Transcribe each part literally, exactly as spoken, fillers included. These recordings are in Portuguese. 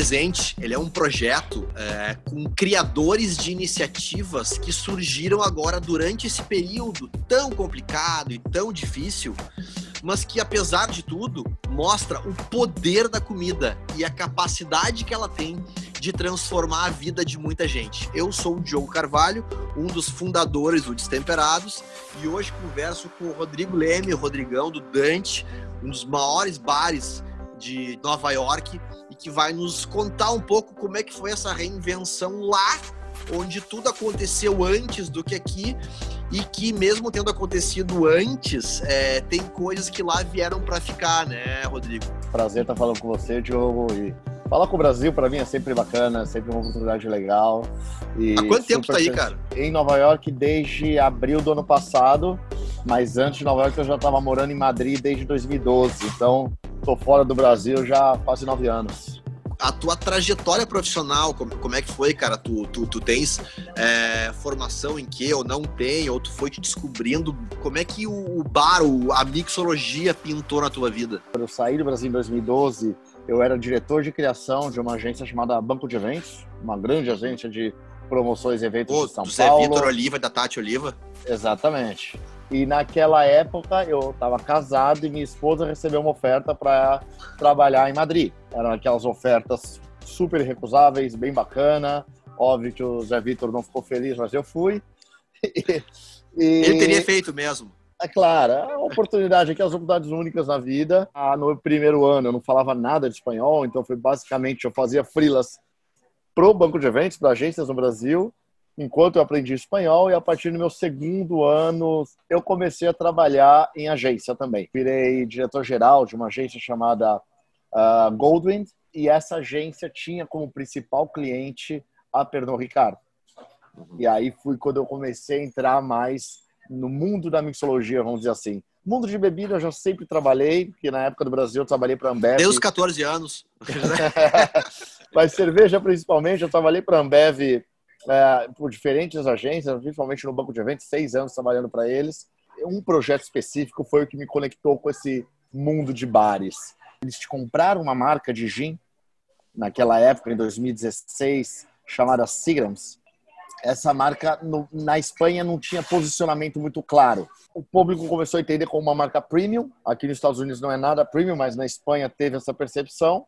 Presente, ele é um projeto é, com criadores de iniciativas que surgiram agora durante esse período tão complicado e tão difícil, mas que, apesar de tudo, mostra o poder da comida e a capacidade que ela tem de transformar a vida de muita gente. Eu sou o Diogo Carvalho, um dos fundadores do Destemperados, e hoje converso com o Rodrigo Leme, o Rodrigão do Dante, um dos maiores bares de Nova York, e que vai nos contar um pouco como é que foi essa reinvenção lá, onde tudo aconteceu antes do que aqui, e que mesmo tendo acontecido antes, é, tem coisas que lá vieram para ficar, né, Rodrigo? Prazer estar falando com você, Diogo, e falar com o Brasil para mim é sempre bacana, é sempre uma oportunidade legal. E há quanto tempo tá aí, cara? Em Nova York desde abril do ano passado, mas antes de Nova York eu já estava morando em Madrid desde dois mil e doze, então tô fora do Brasil já há quase nove anos. A tua trajetória profissional, como, como é que foi, cara? Tu, tu, tu tens é, formação em quê ou não tem? Ou tu foi te descobrindo? Como é que o, o bar, o, a mixologia pintou na tua vida? Quando eu saí do Brasil em dois mil e doze, eu era diretor de criação de uma agência chamada Banco de Eventos, uma grande agência de promoções e eventos Pô, de São do Paulo. Zé Vitor Oliva e da Tati Oliva? Exatamente. E naquela época eu estava casado e minha esposa recebeu uma oferta para trabalhar em Madrid. Eram aquelas ofertas super recusáveis, bem bacana. Óbvio que o Zé Vitor não ficou feliz, mas eu fui. E, e... Ele teria feito mesmo. É claro, é uma oportunidade aqui, as oportunidades únicas na vida. Ah, no primeiro ano eu não falava nada de espanhol, então foi basicamente, eu fazia freelas pro banco de eventos, para agências no Brasil, enquanto eu aprendi espanhol, e a partir do meu segundo ano eu comecei a trabalhar em agência também. Virei diretor-geral de uma agência chamada uh, Goldwind, e essa agência tinha como principal cliente a Pernod Ricard. E aí foi quando eu comecei a entrar mais no mundo da mixologia, vamos dizer assim. Mundo de bebida eu já sempre trabalhei, porque na época do Brasil eu trabalhei para a Ambev. Desde os catorze anos. Mas cerveja principalmente, eu trabalhei para a Ambev é, por diferentes agências, principalmente no banco de eventos, seis anos trabalhando para eles. Um projeto específico foi o que me conectou com esse mundo de bares. Eles compraram uma marca de gin, naquela época, em dois mil e dezesseis, chamada Seagrams. Essa marca no, na Espanha não tinha posicionamento muito claro. O público começou a entender como uma marca premium. Aqui nos Estados Unidos não é nada premium, mas na Espanha teve essa percepção.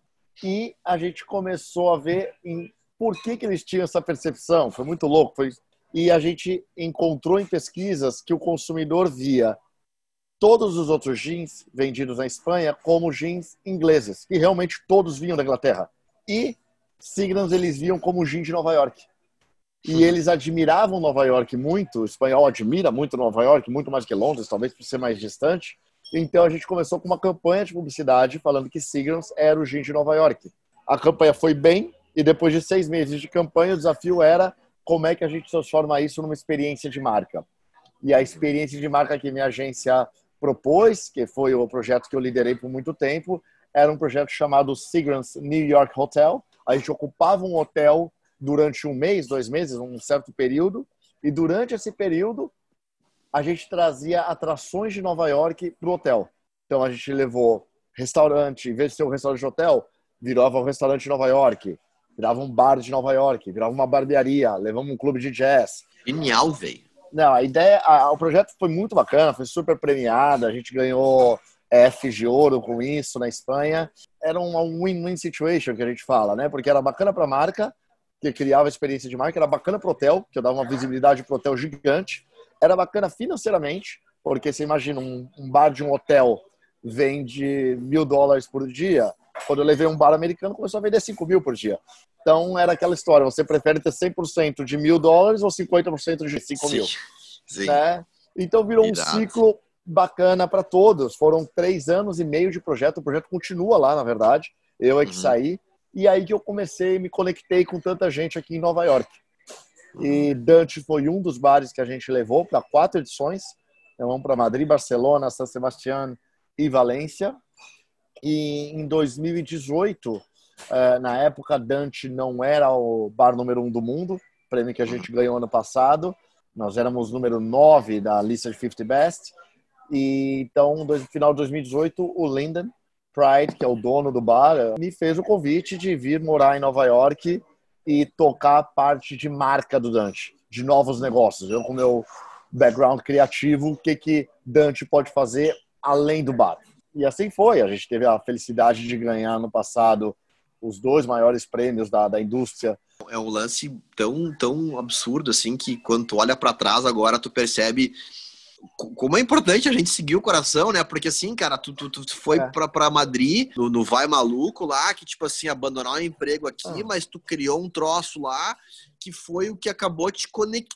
E a gente começou a ver em por que, que eles tinham essa percepção. Foi muito louco. Foi... E a gente encontrou em pesquisas que o consumidor via todos os outros jeans vendidos na Espanha como jeans ingleses, que realmente todos vinham da Inglaterra. E Seagrams eles viam como gin de Nova York. E eles admiravam Nova York muito, o espanhol admira muito Nova York, muito mais que Londres, talvez por ser mais distante. Então a gente começou com uma campanha de publicidade falando que Seagrams era o gin de Nova York. A campanha foi bem, e depois de seis meses de campanha, o desafio era como é que a gente transforma isso numa experiência de marca. E a experiência de marca que minha agência propôs, que foi o projeto que eu liderei por muito tempo, era um projeto chamado Seagrams New York Hotel. A gente ocupava um hotel durante um mês, dois meses, um certo período, e durante esse período a gente trazia atrações de Nova York para o hotel. Então a gente levou restaurante, em vez de ser um restaurante de hotel, virava um restaurante de Nova York, virava um bar de Nova York, virava uma barbearia, levamos um clube de jazz. Genial, velho. Não, a ideia, a, o projeto foi muito bacana, foi super premiado, a gente ganhou F de ouro com isso na Espanha. Era uma win-win situation que a gente fala, né? Porque era bacana para a marca, que criava experiência de marca, era bacana para o hotel, que dava uma visibilidade para o hotel gigante, era bacana financeiramente, porque você imagina, um, um bar de um hotel vende mil dólares por dia, quando eu levei um bar americano, começou a vender cinco mil por dia. Então, era aquela história, você prefere ter cem por cento de mil dólares ou cinquenta por cento de cinco mil? Sim. Né? Então, virou Irado. um ciclo bacana para todos. Foram três anos e meio de projeto, o projeto continua lá, na verdade, eu é que uhum. saí. E aí que eu comecei, me conectei com tanta gente aqui em Nova York. E Dante foi um dos bares que a gente levou para quatro edições. Então, vamos para Madrid, Barcelona, San Sebastián e Valência. E em dois mil e dezoito, na época, Dante não era o bar número um do mundo, prêmio que a gente ganhou ano passado. Nós éramos número nove da lista de cinquenta Best. E então, no final de dois mil e dezoito, o Linden Pride, que é o dono do bar, me fez o convite de vir morar em Nova York e tocar a parte de marca do Dante, de novos negócios. Eu, com meu background criativo, o que que Dante pode fazer além do bar? E assim foi. A gente teve a felicidade de ganhar no passado os dois maiores prêmios da, da indústria. É um lance tão, tão absurdo, assim, que quando tu olha pra trás agora, tu percebe como é importante a gente seguir o coração, né? Porque assim, cara, tu, tu, tu foi é. pra, pra Madrid, no, no Vai Maluco lá, que tipo assim, abandonar o emprego aqui, ah. mas tu criou um troço lá que foi o que acabou te conectando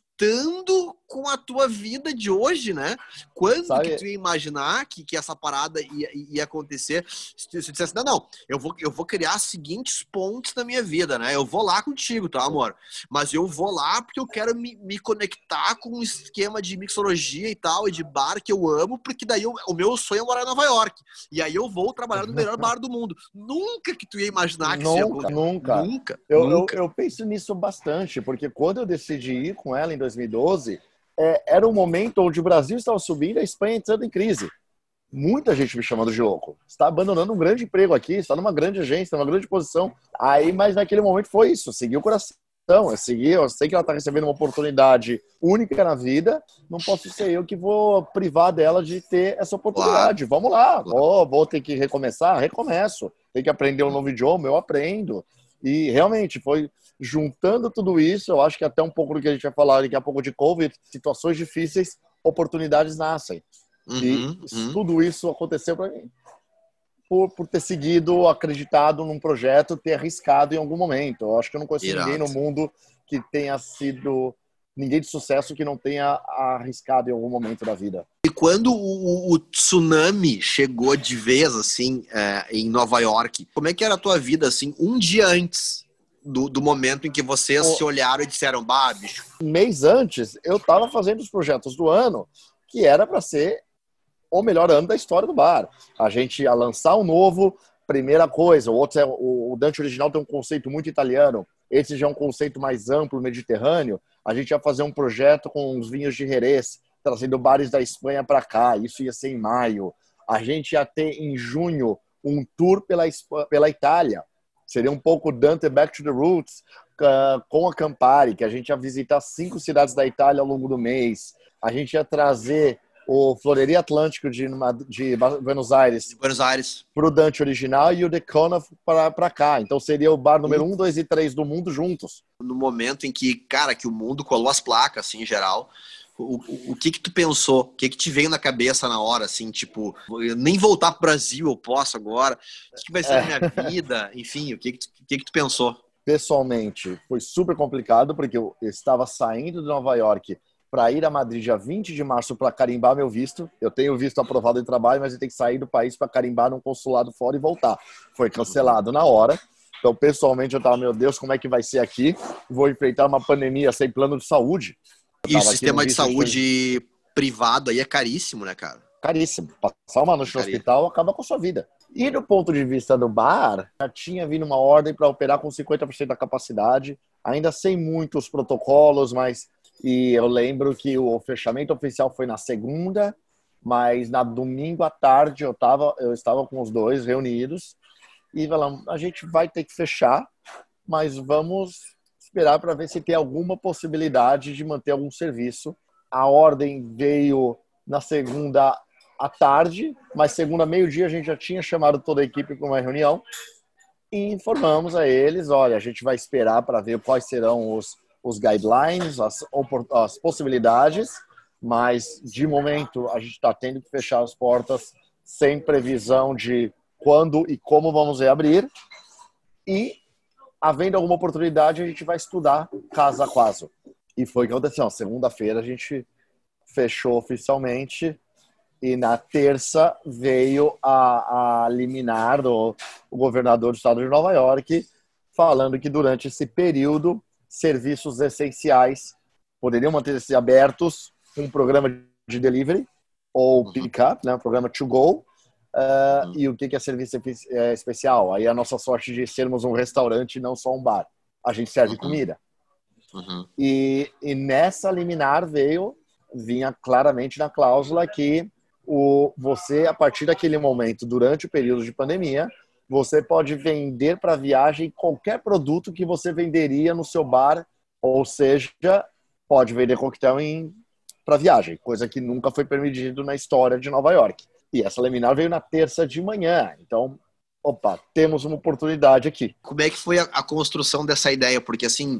com a tua vida de hoje, né? Quando Sabe? que tu ia imaginar que, que essa parada ia, ia acontecer? Se tu, se tu dissesse, não, não, eu vou, eu vou criar as seguintes pontes na minha vida, né? Eu vou lá contigo, tá, amor? Mas eu vou lá porque eu quero me, me conectar com um esquema de mixologia e tal, e de bar que eu amo, porque daí eu, o meu sonho é morar em Nova York. E aí eu vou trabalhar no melhor bar do mundo. Nunca que tu ia imaginar que nunca, isso ia acontecer. Nunca, nunca. Eu, nunca. Eu, eu penso nisso bastante, porque quando eu decidi ir com ela em dois mil e doze, é, era um momento onde o Brasil estava subindo e a Espanha entrando em crise. Muita gente me chamando de louco. Você está abandonando um grande emprego aqui, está numa grande agência, numa grande posição. Aí, mas naquele momento foi isso, segui o coração. Eu segui, eu sei que ela está recebendo uma oportunidade única na vida, não posso ser eu que vou privar dela de ter essa oportunidade. Claro. Vamos lá, claro. vou, vou ter que recomeçar? Recomeço. Tem que aprender um novo idioma? Eu aprendo. E realmente foi juntando tudo isso, eu acho que até um pouco do que a gente vai falar daqui a pouco de Covid, situações difíceis, oportunidades nascem. Uhum, e uhum. tudo isso aconteceu para mim. Por, por ter seguido, acreditado num projeto, ter arriscado em algum momento. Eu acho que eu não conheço Irado. ninguém no mundo que tenha sido... Ninguém de sucesso que não tenha arriscado em algum momento da vida. E quando o, o tsunami chegou de vez, assim, é, em Nova York, como é que era a tua vida, assim, um dia antes do, do momento em que vocês o... se olharam e disseram, bah, bicho? Um mês antes, eu estava fazendo os projetos do ano, que era para ser o melhor ano da história do bar. A gente ia lançar um novo, primeira coisa. O outro é, o Dante original tem um conceito muito italiano. Esse já é um conceito mais amplo, mediterrâneo. A gente ia fazer um projeto com os vinhos de Jerez, trazendo bares da Espanha para cá. Isso ia ser em maio. A gente ia ter em junho um tour pela, Espanha, pela Itália. Seria um pouco Dante Back to the Roots uh, com a Campari, que a gente ia visitar cinco cidades da Itália ao longo do mês. A gente ia trazer o Floreria Atlântico de, de Buenos Aires, Buenos Aires. para o Dante original e o Decona para cá. Então seria o bar número um, dois e três do mundo juntos. No momento em que, cara, que o mundo colou as placas, assim, em geral, o, o, o que que tu pensou? O que que te veio na cabeça na hora, assim, tipo, nem voltar pro Brasil eu posso agora? O que vai ser é. a minha vida? Enfim, o que que tu, o que que tu pensou? Pessoalmente, foi super complicado, porque eu estava saindo de Nova York para ir a Madrid dia vinte de março para carimbar meu visto. Eu tenho visto aprovado de trabalho, mas eu tenho que sair do país para carimbar num consulado fora e voltar. Foi cancelado na hora. Então, pessoalmente, eu tava, meu Deus, como é que vai ser aqui? Vou enfrentar uma pandemia sem plano de saúde. E o sistema de saúde de... privado aí é caríssimo, né, cara? Caríssimo. Passar uma noite no hospital acaba com a sua vida. E do ponto de vista do bar, já tinha vindo uma ordem para operar com cinquenta por cento da capacidade, ainda sem muitos protocolos, mas... E eu lembro que o fechamento oficial foi na segunda, mas na domingo à tarde eu, tava, eu estava com os dois reunidos e falamos, a gente vai ter que fechar, mas vamos esperar para ver se tem alguma possibilidade de manter algum serviço. A ordem veio na segunda à tarde, mas segunda meio-dia a gente já tinha chamado toda a equipe para uma reunião e informamos a eles, olha, a gente vai esperar para ver quais serão os os guidelines, as, as possibilidades, mas de momento a gente está tendo que fechar as portas sem previsão de quando e como vamos reabrir, e havendo alguma oportunidade a gente vai estudar caso a caso. E foi o que aconteceu. Segunda-feira a gente fechou oficialmente e na terça veio a, a liminar do o governador do estado de Nova York falando que durante esse período serviços essenciais poderiam manter-se abertos, um programa de delivery ou pick-up, né, um programa to go, uh, uhum. E o que é serviço especial? Aí a nossa sorte de sermos um restaurante e não só um bar. A gente serve uhum. comida. Uhum. E, e nessa liminar veio, vinha claramente na cláusula que o, você, a partir daquele momento, durante o período de pandemia, você pode vender para viagem qualquer produto que você venderia no seu bar, ou seja, pode vender coquetel para viagem, coisa que nunca foi permitido na história de Nova York. E essa liminar veio na terça de manhã, então, opa, temos uma oportunidade aqui. Como é que foi a, a construção dessa ideia? Porque, assim,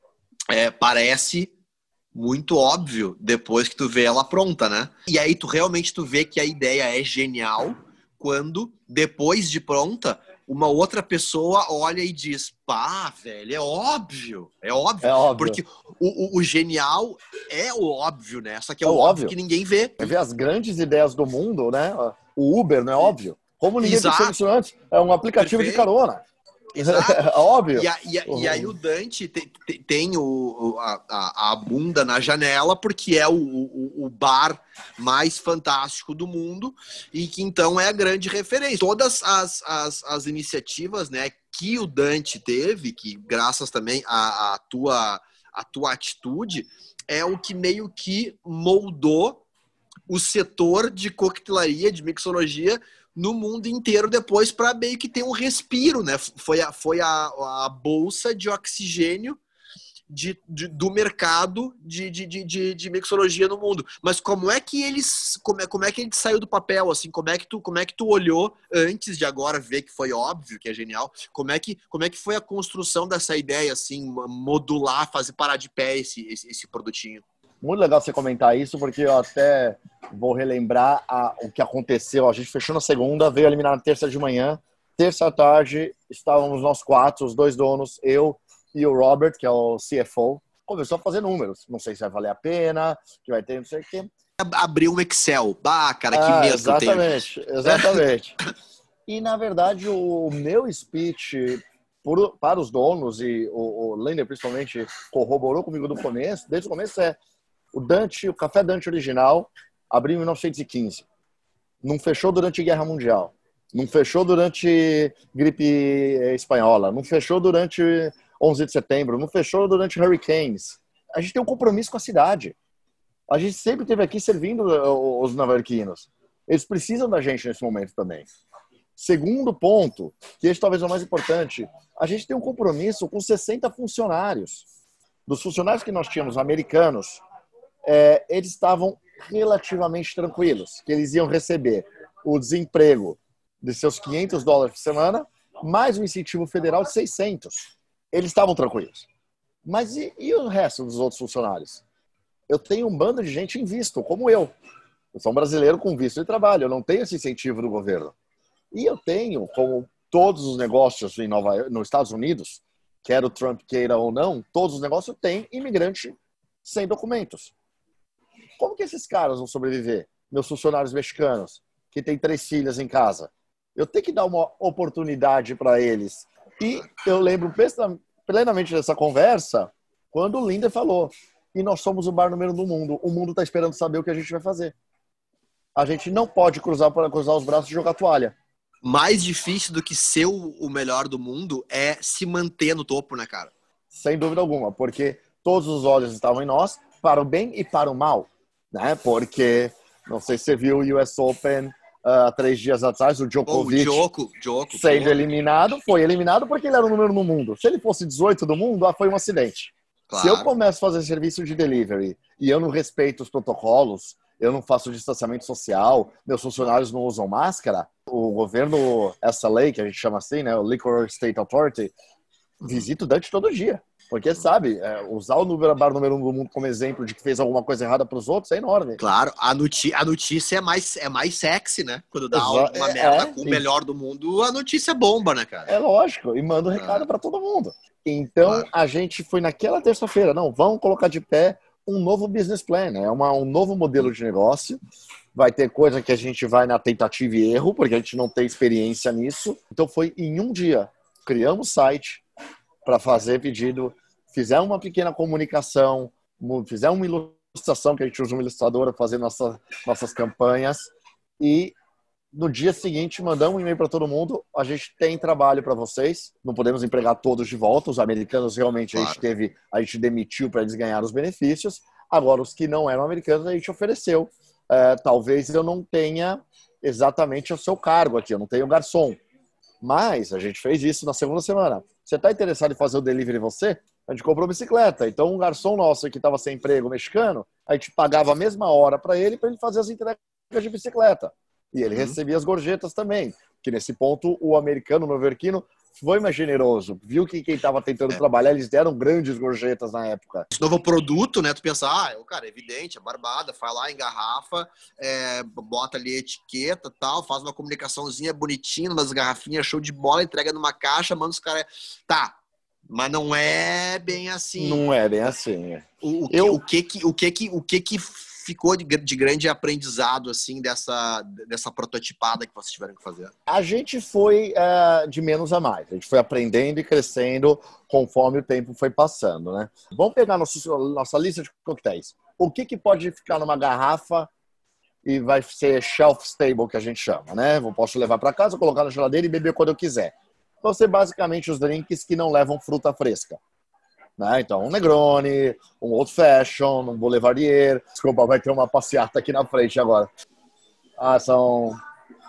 é, parece muito óbvio depois que tu vê ela pronta, né? E aí tu realmente tu vê que a ideia é genial quando, depois de pronta, uma outra pessoa olha e diz, pá, velho, é óbvio, é óbvio. É óbvio. Porque o, o, o genial é o óbvio, né? Só que é, é o óbvio. óbvio que ninguém vê. Quer ver as grandes ideias do mundo, né? O Uber, não é óbvio? Como ninguém Exato. pensou nisso antes? É um aplicativo Perfeito. de carona. Exato. É óbvio. E, a, e, a, e aí o Dante tem, tem o, a, a bunda na janela porque é o, o, o bar mais fantástico do mundo e que então é a grande referência. Todas as, as, as iniciativas, né, que o Dante teve, que graças também à, à, tua, à tua atitude, é o que meio que moldou o setor de coquetelaria, de mixologia no mundo inteiro depois para meio que ter um respiro, né? Foi a, foi a, a bolsa de oxigênio de, de, do mercado de, de, de, de mixologia no mundo. Mas como é que eles como é, como é que ele saiu do papel, assim? Como é que tu como é que tu olhou antes de agora ver que foi óbvio, que é genial? Como é que como é que foi a construção dessa ideia, assim, modular, fazer parar de pé esse esse, esse produtinho? Muito legal você comentar isso, porque eu até vou relembrar a, o que aconteceu. A gente fechou na segunda, veio eliminar na terça de manhã. Terça à tarde, estávamos nós quatro, os dois donos, eu e o Robert, que é o C F O. Começou a fazer números. Não sei se vai valer a pena, que vai ter não sei o quê. Abriu um Excel. Bah, cara, que ah, medo que eu tenho. Exatamente, exatamente. E, na verdade, o meu speech por, para os donos, e o, o Lender principalmente corroborou comigo do começo, desde o começo é o Dante, o Café Dante original, abriu em mil novecentos e quinze. Não fechou durante a Guerra Mundial. Não fechou durante gripe espanhola. Não fechou durante onze de setembro. Não fechou durante hurricanes. A gente tem um compromisso com a cidade. A gente sempre esteve aqui servindo os nova-iorquinos. Eles precisam da gente nesse momento também. Segundo ponto, que esse talvez é o mais importante, a gente tem um compromisso com sessenta funcionários. Dos funcionários que nós tínhamos, americanos, É, eles estavam relativamente tranquilos, que eles iam receber o desemprego de seus quinhentos dólares por semana, mais um incentivo federal de seiscentos. Eles estavam tranquilos. Mas e, e o resto dos outros funcionários? Eu tenho um bando de gente em visto, como eu. Eu sou um brasileiro com visto de trabalho, eu não tenho esse incentivo do governo. E eu tenho, como todos os negócios em Nova, nos Estados Unidos, quer o Trump queira ou não, todos os negócios têm imigrante sem documentos. Como que esses caras vão sobreviver? Meus funcionários mexicanos, que têm três filhas em casa. Eu tenho que dar uma oportunidade para eles. E eu lembro plenamente dessa conversa quando o Linder falou, e nós somos o bar número um do mundo. O mundo está esperando saber o que a gente vai fazer. A gente não pode cruzar para cruzar os braços e jogar toalha. Mais difícil do que ser o melhor do mundo é se manter no topo, né, cara? Sem dúvida alguma, porque todos os olhos estavam em nós, para o bem e para o mal. Né? Porque, não sei se você viu o U S Open há uh, três dias atrás, o Djokovic oh, o Djoko, Djoko, sendo pô. eliminado, foi eliminado porque ele era o número no mundo. Se ele fosse dezoito do mundo, ah, foi um acidente. Claro. Se eu começo a fazer serviço de delivery e eu não respeito os protocolos, eu não faço distanciamento social, meus funcionários não usam máscara, o governo, essa lei que a gente chama assim, né, o Liquor State Authority, visita o Dante todo dia. Porque, sabe, é, usar o bar número um do mundo como exemplo de que fez alguma coisa errada para os outros é enorme. Claro, a, noti a notícia é mais, é mais sexy, né? Quando dá Exa uma é, merda é, com o melhor do mundo, a notícia é bomba, né, cara? É lógico, e manda um recado ah. para todo mundo. Então, claro. A gente foi naquela terça-feira, não, vamos colocar de pé um novo business plan, né? Uma, um novo modelo de negócio. Vai ter coisa que a gente vai na tentativa e erro, porque a gente não tem experiência nisso. Então, foi em um dia. Criamos site para fazer pedido, fizer uma pequena comunicação, fizer uma ilustração, que a gente usa uma ilustradora para fazer nossa, nossas campanhas, e no dia seguinte mandamos um e-mail para todo mundo, a gente tem trabalho para vocês, não podemos empregar todos de volta, os americanos realmente claro. a gente teve, a gente demitiu para eles ganharem os benefícios, agora os que não eram americanos a gente ofereceu é, talvez eu não tenha exatamente o seu cargo aqui, eu não tenho garçom. Mas a gente fez isso na segunda semana. Você está interessado em fazer o delivery você? A gente comprou bicicleta. Então, um garçom nosso que estava sem emprego, mexicano, a gente pagava a mesma hora para ele, para ele fazer as entregas de bicicleta. E ele uhum. recebia as gorjetas também. Que nesse ponto, o americano, o noverquino, foi mais generoso. Viu que quem estava tentando é. trabalhar, eles deram grandes gorjetas na época. Esse novo produto, né? Tu pensa, ah, cara, é evidente, é barbada, vai lá, engarrafa, é, bota ali a etiqueta tal, faz uma comunicaçãozinha bonitinha, umas garrafinhas, show de bola, entrega numa caixa, manda os caras... Tá, mas não é bem assim. Não é bem assim. O, o, que, Eu... o, que, que, o, que, que, o que que ficou de, de grande aprendizado, assim, dessa, dessa prototipada que vocês tiveram que fazer? A gente foi uh, de menos a mais. A gente foi aprendendo e crescendo conforme o tempo foi passando, né? Vamos pegar nosso, nossa lista de coquetéis. O que, que pode ficar numa garrafa e vai ser shelf stable, que a gente chama, né? Eu posso levar para casa, colocar na geladeira e beber quando eu quiser. Vão ser basicamente os drinks que não levam fruta fresca. Né? Então, um Negroni, um Old Fashion, um Boulevardier. Desculpa, vai ter uma passeata aqui na frente agora. Ah, são,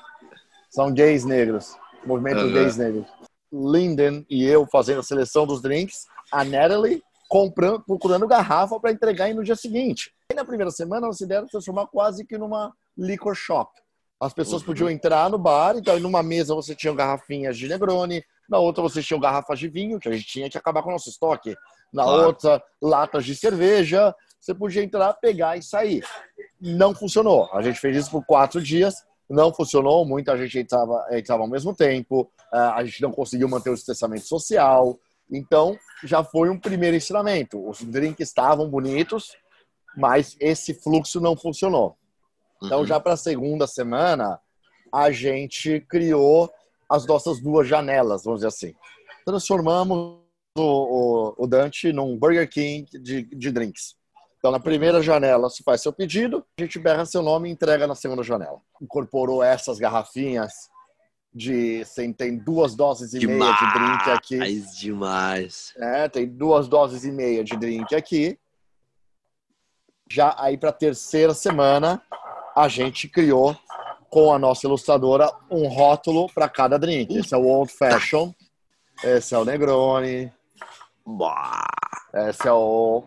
são gays negros. Movimento uhum. gays negros. Linden e eu fazendo a seleção dos drinks. A Natalie comprando, procurando garrafa para entregar no dia seguinte. E na primeira semana, nossa ideia era transformar quase que numa liquor shop. As pessoas uhum. podiam entrar no bar, então numa mesa você tinha garrafinhas de Negroni, na outra você tinha garrafas de vinho, que a gente tinha que acabar com o nosso estoque. Na claro. outra, latas de cerveja. Você podia entrar, pegar e sair. Não funcionou. A gente fez isso por quatro dias. Não funcionou. Muita gente entrava, entrava ao mesmo tempo. A gente não conseguiu manter o distanciamento social. Então, já foi um primeiro ensinamento. Os drinks estavam bonitos, mas esse fluxo não funcionou. Então, uhum. já para a segunda semana, a gente criou as nossas duas janelas, vamos dizer assim. Transformamos o, o, o Dante num Burger King de, de drinks. Então, na primeira janela, você faz seu pedido, a gente berra seu nome e entrega na segunda janela. Incorporou essas garrafinhas de... Tem, tem duas doses e demais, meia de drink aqui. Demais, demais. É, tem duas doses e meia de drink aqui. Já aí, para a terceira semana, a gente criou, com a nossa ilustradora, um rótulo para cada drink. Esse é o Old Fashion, esse é o Negroni, esse é o,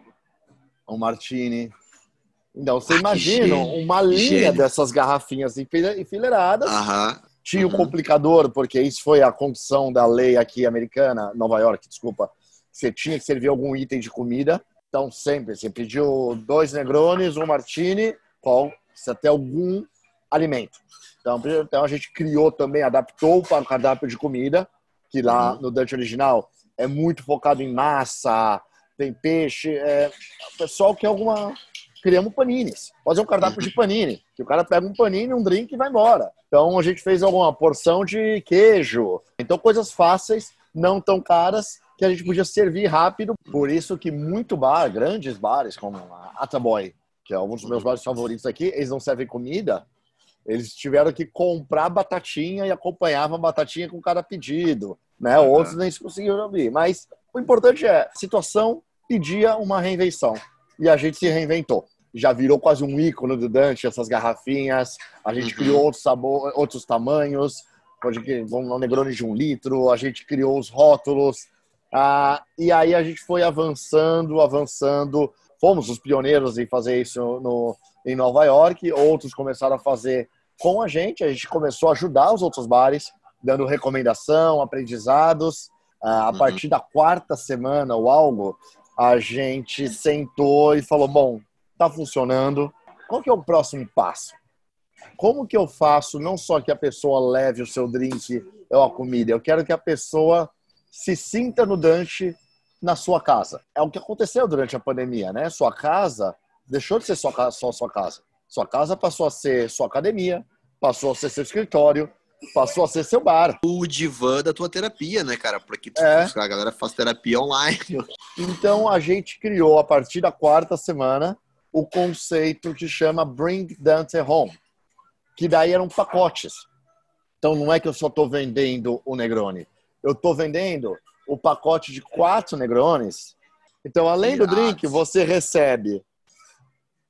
o Martini. Então, você imagina uma linha Gênio. dessas garrafinhas enfileiradas. Uh-huh. Tinha uh-huh. um complicador, porque isso foi a condição da lei aqui americana, Nova York, desculpa. Você tinha que servir algum item de comida. Então, sempre, você pediu dois Negronis, um Martini, qual precisa ter algum alimento. Então, então, a gente criou também, adaptou para o cardápio de comida, que lá uhum. no Dante original é muito focado em massa, tem peixe. É, o pessoal quer alguma... Criamos panines. Fazer um cardápio uhum. de panini, que o cara pega um panini, um drink e vai embora. Então, a gente fez alguma porção de queijo. Então, coisas fáceis, não tão caras, que a gente podia servir rápido. Por isso que muito bar, grandes bares, como a Ataboy, que é um dos meus bares favoritos aqui, eles não servem comida. Eles tiveram que comprar batatinha e acompanhavam a batatinha com cada pedido, né? Uhum. Outros nem se conseguiram abrir. Mas o importante é, a situação pedia uma reinvenção. E a gente se reinventou. Já virou quase um ícone do Dante, essas garrafinhas. A gente uhum. criou outros, sabor, outros tamanhos. Um Negroni de um litro. A gente criou os rótulos. Ah, e aí a gente foi avançando, avançando. Fomos os pioneiros em fazer isso no, em Nova York. Outros começaram a fazer com a gente. A gente começou a ajudar os outros bares, dando recomendação, aprendizados. Ah, a uhum. partir da quarta semana ou algo, a gente sentou e falou, bom, tá funcionando. Qual que é o próximo passo? Como que eu faço não só que a pessoa leve o seu drink ou a comida, eu quero que a pessoa se sinta no Dante na sua casa. É o que aconteceu durante a pandemia, né? Sua casa deixou de ser só, só sua casa. Sua casa passou a ser sua academia, passou a ser seu escritório, passou a ser seu bar. O divã da tua terapia, né, cara? Porque tu, é. a galera faz terapia online. Então, a gente criou, a partir da quarta semana, o conceito que chama Bring Dante Home, que daí eram pacotes. Então, não é que eu só estou vendendo o Negroni. Eu estou vendendo o pacote de quatro Negronis. Então, além do drink, você recebe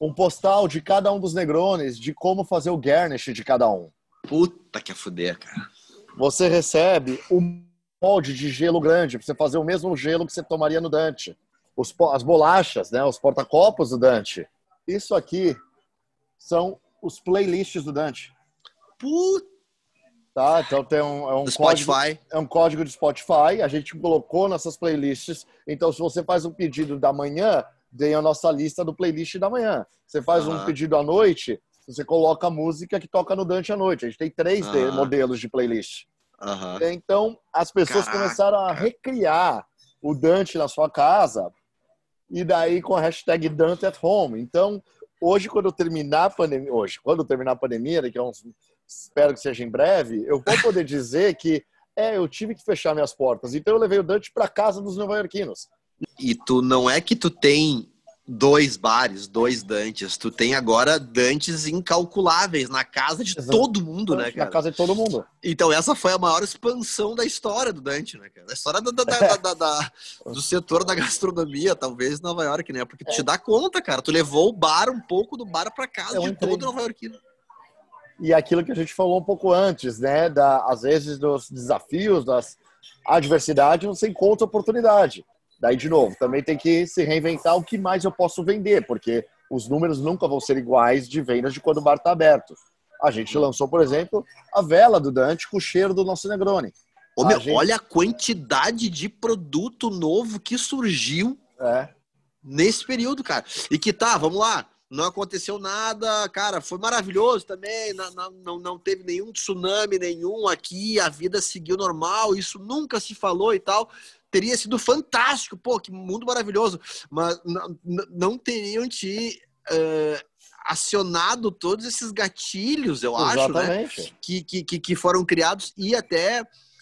um postal de cada um dos Negronis, de como fazer o garnish de cada um. Puta que a fuder, cara. Você recebe um molde de gelo grande para você fazer o mesmo gelo que você tomaria no Dante. Os, as bolachas, né? Os porta-copos do Dante. Isso aqui são os playlists do Dante. Puta. Tá? Então tem um, é um Do código, Spotify. é um código de Spotify. A gente colocou nessas playlists. Então, se você faz um pedido da manhã, vem a nossa lista do playlist da manhã. Você faz Uhum. um pedido à noite, você coloca a música que toca no Dante à noite. A gente tem três Uhum. modelos de playlist. Uhum. Então, as pessoas Caraca. começaram a recriar o Dante na sua casa, e daí com a hashtag Dante at Home. Então, hoje, quando eu terminar a pandemia, hoje, quando eu terminar a pandemia, daqui a uns, espero que seja em breve, eu vou poder dizer que é, eu tive que fechar minhas portas. Então, eu levei o Dante para casa dos nova-iorquinos. E tu não é que tu tem dois bares, dois Dantes, tu tem agora Dantes incalculáveis na casa de Exato. todo mundo, né, cara? Na casa de todo mundo. Então essa foi a maior expansão da história do Dante, né, cara? A história da, da, da, da, da, do setor da gastronomia, talvez, em Nova York, né? Porque tu te dá conta, cara, tu levou o bar, um pouco do bar pra casa Eu de entrei. todo nova-iorquino. E aquilo que a gente falou um pouco antes, né? Da, às vezes dos desafios, das adversidades, você encontra oportunidade. Daí, de novo, também tem que se reinventar o que mais eu posso vender, porque os números nunca vão ser iguais de vendas de quando o bar está aberto. A gente lançou, por exemplo, a vela do Dante com o cheiro do nosso Negroni. Ô, meu, gente... olha a quantidade de produto novo que surgiu é. nesse período, cara. E que tá, vamos lá, não aconteceu nada, cara, foi maravilhoso também, não, não, não, não teve nenhum tsunami nenhum aqui, a vida seguiu normal, isso nunca se falou e tal. Teria sido fantástico, pô, que mundo maravilhoso, mas não, não teriam te uh, acionado todos esses gatilhos, eu Exatamente. acho, né, que, que, que foram criados, e até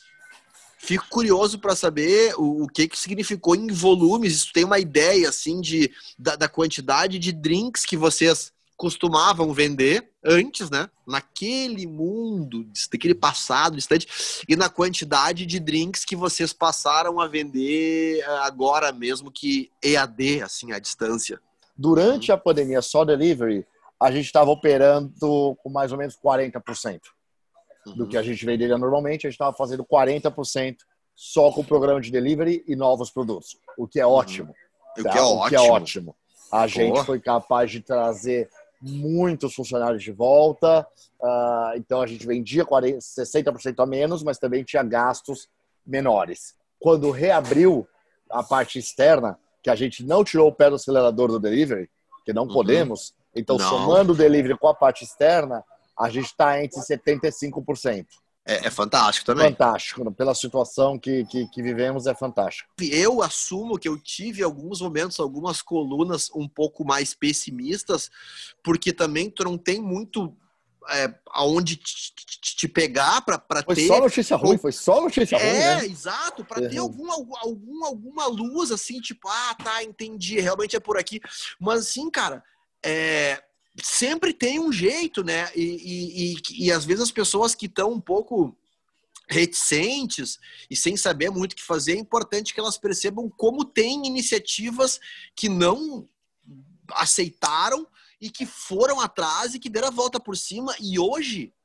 fico curioso para saber o, o que que significou em volumes, se tu tem uma ideia, assim, de, da, da quantidade de drinks que vocês costumavam vender antes, né? Naquele mundo, daquele passado distante, e na quantidade de drinks que vocês passaram a vender agora mesmo que E A D, assim, à distância. Durante uhum. a pandemia só delivery, a gente estava operando com mais ou menos quarenta por cento uhum. do que a gente venderia normalmente. A gente estava fazendo quarenta por cento só com o programa de delivery e novos produtos, o que é ótimo. Uhum. Tá? O que é o ótimo. Que é ótimo. A gente Boa. foi capaz de trazer muitos funcionários de volta, uh, então a gente vendia quarenta, sessenta por cento a menos, mas também tinha gastos menores. Quando reabriu a parte externa, que a gente não tirou o pé do acelerador do delivery, que não uhum. podemos, então não. Somando o delivery com a parte externa, a gente está entre setenta e cinco por cento. É, é fantástico também. Fantástico. Pela situação que, que, que vivemos, é fantástico. Eu assumo que eu tive alguns momentos, algumas colunas um pouco mais pessimistas, porque também tu não tem muito é, aonde te, te, te pegar para ter... Foi só notícia ruim, foi só notícia é, ruim, né? É, exato, para uhum. ter algum, algum, alguma luz, assim, tipo, ah, tá, entendi, realmente é por aqui. Mas assim, cara, é... sempre tem um jeito, né? E, e, e, e às vezes as pessoas que estão um pouco reticentes e sem saber muito o que fazer, é importante que elas percebam como tem iniciativas que não aceitaram e que foram atrás e que deram a volta por cima. E hoje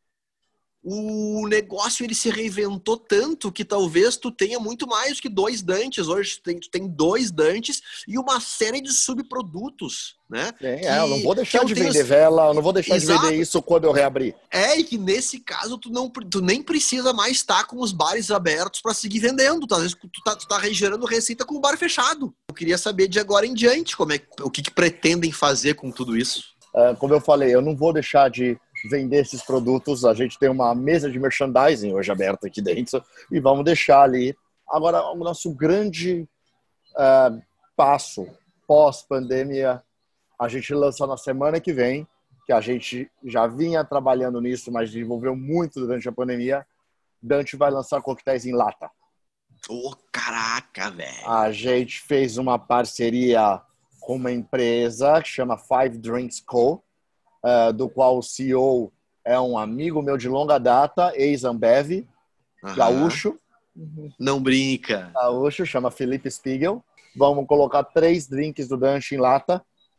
o negócio ele se reinventou tanto que talvez tu tenha muito mais que dois Dantes. Hoje tu tem, tu tem dois Dantes e uma série de subprodutos, né? É, que, eu não vou deixar de tenho... vender vela, eu não vou deixar Exato. de vender isso quando eu reabrir. É, e que nesse caso tu, não, tu nem precisa mais estar com os bares abertos para seguir vendendo. Tá? Às vezes tu tá, tu tá gerando receita com o bar fechado. Eu queria saber de agora em diante como é, o que, que pretendem fazer com tudo isso. É, como eu falei, eu não vou deixar de vender esses produtos. A gente tem uma mesa de merchandising hoje aberta aqui dentro e vamos deixar ali. Agora, o nosso grande uh, passo pós-pandemia, a gente lança na semana que vem, que a gente já vinha trabalhando nisso, mas desenvolveu muito durante a pandemia. Dante vai lançar coquetéis em lata. Ô, oh, caraca, velho! A gente fez uma parceria com uma empresa que chama Five Drinks Co., Uh, do qual o C E O é um amigo meu de longa data, ex-Ambev, uhum. gaúcho. Não brinca. Gaúcho, chama Felipe Spiegel. Vamos colocar três drinks do Dante em lata,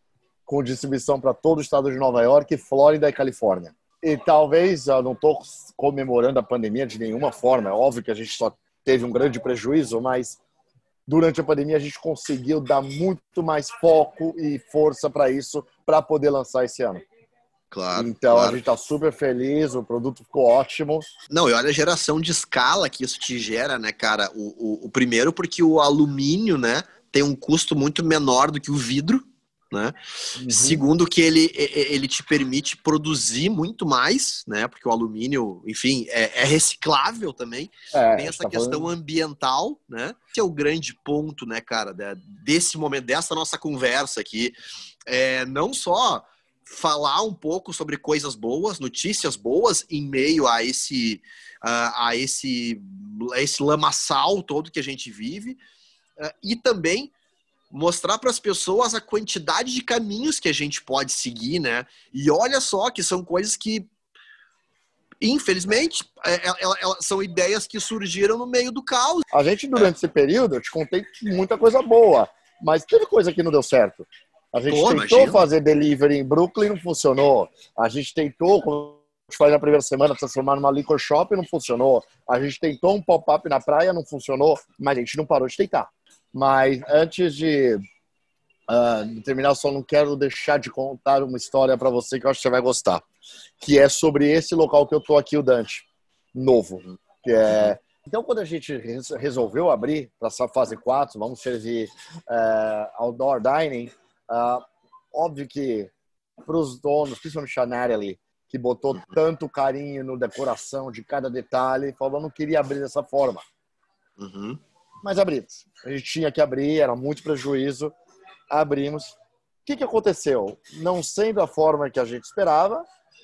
com distribuição para todo o estado de Nova York, Flórida e Califórnia. E talvez, eu não estou comemorando a pandemia de nenhuma forma, é óbvio que a gente só teve um grande prejuízo, mas durante a pandemia a gente conseguiu dar muito mais foco e força para isso, para poder lançar esse ano. Claro. Então claro. A gente está super feliz, o produto ficou ótimo. Não, e olha a geração de escala que isso te gera, né, cara? O, o, o primeiro porque o alumínio, né, tem um custo muito menor do que o vidro, né? Uhum. Segundo que ele, ele te permite produzir muito mais, né? Porque o alumínio, enfim, é, é reciclável também. É, tem essa tá questão falando... ambiental, né? Esse é o grande ponto, né, cara, desse momento, dessa nossa conversa aqui. É, não só falar um pouco sobre coisas boas, notícias boas em meio a esse, a, a esse, a esse lamaçal todo que a gente vive, e também mostrar para as pessoas a quantidade de caminhos que a gente pode seguir, né? E olha só que são coisas que, infelizmente, é, é, é, são ideias que surgiram no meio do caos. A gente, durante é. esse período, eu te contei muita coisa boa, mas teve coisa que não deu certo. A gente Pô, tentou imagina. fazer delivery em Brooklyn, não funcionou. A gente tentou, como a gente faz na primeira semana, transformar numa liquor shop, não funcionou. A gente tentou um pop-up na praia, não funcionou, mas a gente não parou de tentar. Mas antes de uh, terminar, eu só não quero deixar de contar uma história para você que eu acho que você vai gostar. Que é sobre esse local que eu tô aqui, o Dante, novo. Que é... Então, quando a gente resolveu abrir para essa fase quatro, vamos servir uh, outdoor dining, uh, óbvio que para os donos, principalmente a Natalie, que botou tanto carinho no decoração de cada detalhe, falou, não queria abrir dessa forma. Uhum. Mas abrimos. A gente tinha que abrir, era muito prejuízo. Abrimos. O que, que aconteceu? Não sendo a forma que a gente esperava,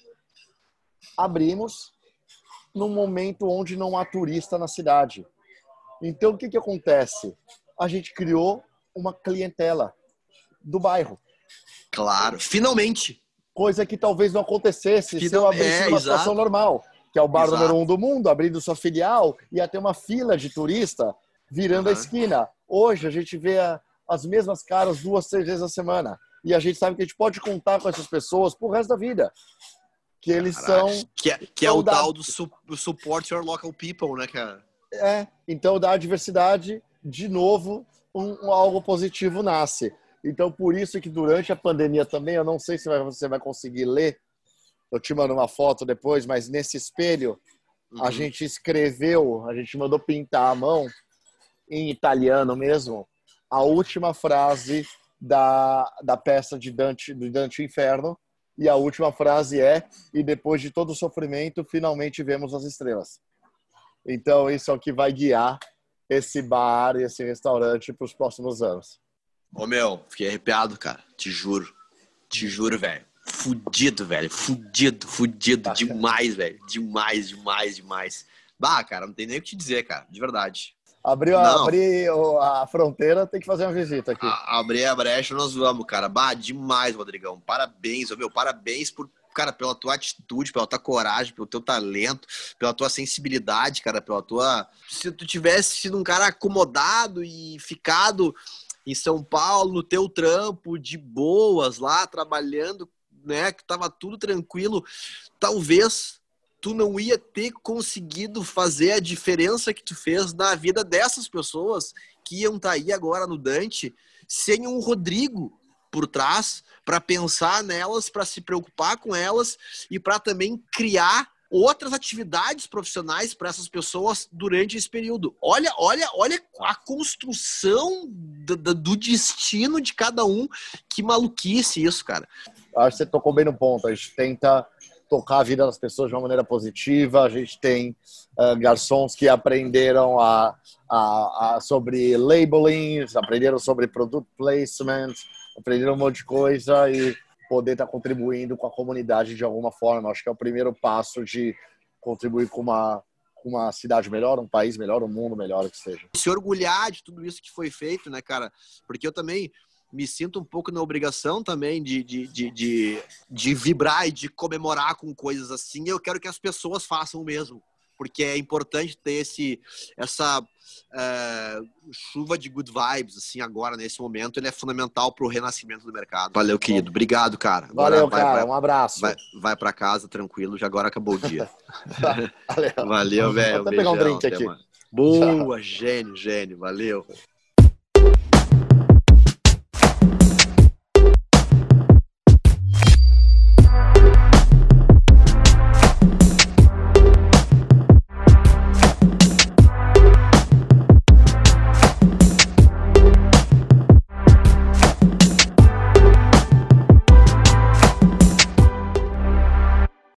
abrimos num momento onde não há turista na cidade. Então, o que, que acontece? A gente criou uma clientela do bairro. Claro, finalmente. Coisa que talvez não acontecesse Final... se eu abrisse é, numa exato. situação normal. Que é o bar exato. número um do mundo, abrindo sua filial, ia ter uma fila de turista virando uhum. a esquina. Hoje a gente vê a, as mesmas caras duas, três vezes a semana. E a gente sabe que a gente pode contar com essas pessoas pro resto da vida. Que eles Caraca. são... Que é, que é o tal do su, support your local people, né, cara? É, então da diversidade, de novo, um, um, algo positivo nasce. Então por isso que durante a pandemia também, eu não sei se vai, você vai conseguir ler, eu te mando uma foto depois, mas nesse espelho, uhum. a gente escreveu, a gente mandou pintar à mão, em italiano mesmo, a última frase da, da peça de Dante, do Dante Inferno, e a última frase é: e depois de todo o sofrimento, finalmente vemos as estrelas. Então isso é o que vai guiar esse bar e esse restaurante para os próximos anos. Ô meu, fiquei arrepiado, cara, te juro, te juro, velho. Fudido, velho, fudido, fudido, demais, velho, demais, demais, demais. Bah, cara, não tem nem o que te dizer, cara, de verdade. Abriu a, abrir a fronteira, tem que fazer uma visita aqui. A, abrir a brecha, nós vamos, cara. Bah, demais, Rodrigão. Parabéns, meu. Parabéns por, cara, pela tua atitude, pela tua coragem, pelo teu talento, pela tua sensibilidade, cara, pela tua... Se tu tivesse sido um cara acomodado e ficado em São Paulo, no teu trampo, de boas, lá, trabalhando, né, que tava tudo tranquilo, talvez... tu não ia ter conseguido fazer a diferença que tu fez na vida dessas pessoas que iam estar aí agora no Dante, sem um Rodrigo por trás, para pensar nelas, para se preocupar com elas e para também criar outras atividades profissionais para essas pessoas durante esse período. Olha, olha, olha a construção do, do destino de cada um. Que maluquice isso, cara. Acho que você tocou bem no ponto. A gente tenta tocar a vida das pessoas de uma maneira positiva. A gente tem uh, garçons que aprenderam a, a, a, sobre labeling, aprenderam sobre product placement, aprenderam um monte de coisa e poder estar contribuindo com a comunidade de alguma forma. Acho que é o primeiro passo de contribuir com uma, com uma cidade melhor, um país melhor, um mundo melhor, que seja. Se orgulhar de tudo isso que foi feito, né, cara? Porque eu também me sinto um pouco na obrigação também de, de, de, de, de vibrar e de comemorar com coisas assim. Eu quero que as pessoas façam o mesmo, porque é importante ter esse, essa uh, chuva de good vibes, assim, agora, nesse momento, ele é fundamental para o renascimento do mercado. Valeu, querido. Obrigado, cara. Agora Valeu, vai, cara. vai, Um abraço. Vai, vai para casa, tranquilo, já agora acabou o dia. Valeu. Valeu, velho. Vou até pegar um drink aqui. Boa, gênio, gênio. Valeu.